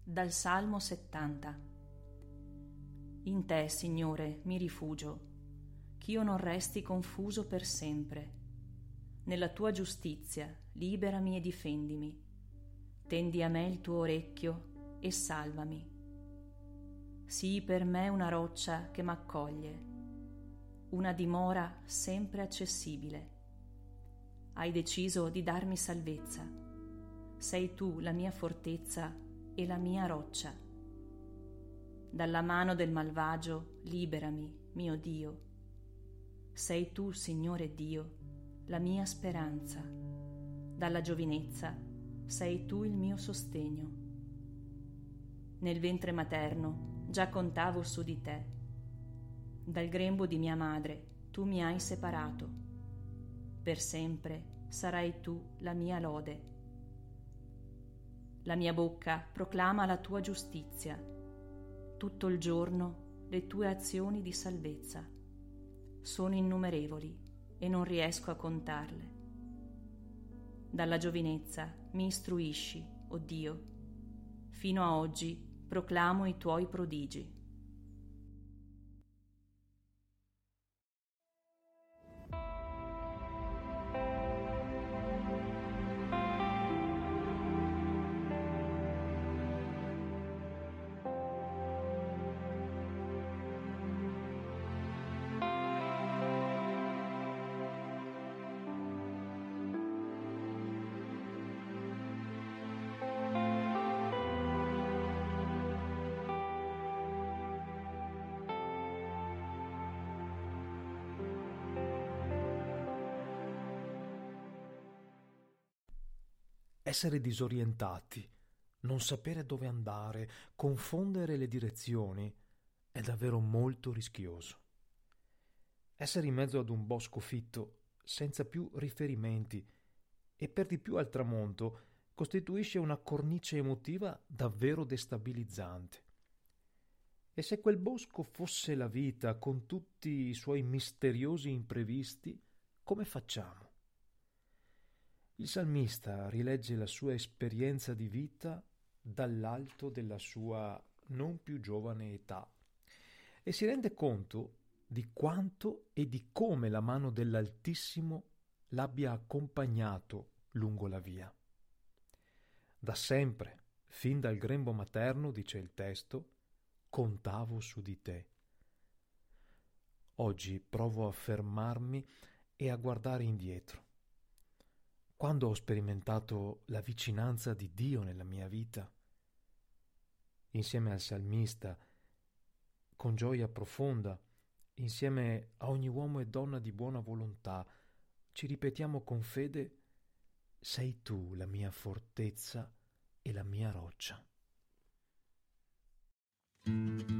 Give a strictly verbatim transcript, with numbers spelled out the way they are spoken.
Dal Salmo settanta. In te, Signore, mi rifugio, ch'io non resti confuso per sempre. Nella tua giustizia liberami e difendimi. Tendi a me il tuo orecchio e salvami. Sii per me una roccia che m'accoglie, una dimora sempre accessibile. Hai deciso di darmi salvezza. Sei tu la mia fortezza e la mia roccia. Dalla mano del malvagio liberami, mio Dio. Sei tu, Signore Dio, la mia speranza. Dalla giovinezza sei tu il mio sostegno. Nel ventre materno già contavo su di te. Dal grembo di mia madre tu mi hai separato. Per sempre sarai tu la mia lode. La mia bocca proclama la tua giustizia. Tutto il giorno le tue azioni di salvezza. Sono innumerevoli e non riesco a contarle. Dalla giovinezza mi istruisci, o Dio. Fino a oggi proclamo i tuoi prodigi. Essere disorientati, non sapere dove andare, confondere le direzioni è davvero molto rischioso. Essere in mezzo ad un bosco fitto, senza più riferimenti e per di più al tramonto, costituisce una cornice emotiva davvero destabilizzante. E se quel bosco fosse la vita con tutti i suoi misteriosi imprevisti, come facciamo? Il salmista rilegge la sua esperienza di vita dall'alto della sua non più giovane età e si rende conto di quanto e di come la mano dell'Altissimo l'abbia accompagnato lungo la via. Da sempre, fin dal grembo materno, dice il testo, contavo su di te. Oggi provo a fermarmi e a guardare indietro. Quando ho sperimentato la vicinanza di Dio nella mia vita, insieme al salmista, con gioia profonda, insieme a ogni uomo e donna di buona volontà, ci ripetiamo con fede: sei tu la mia fortezza e la mia roccia.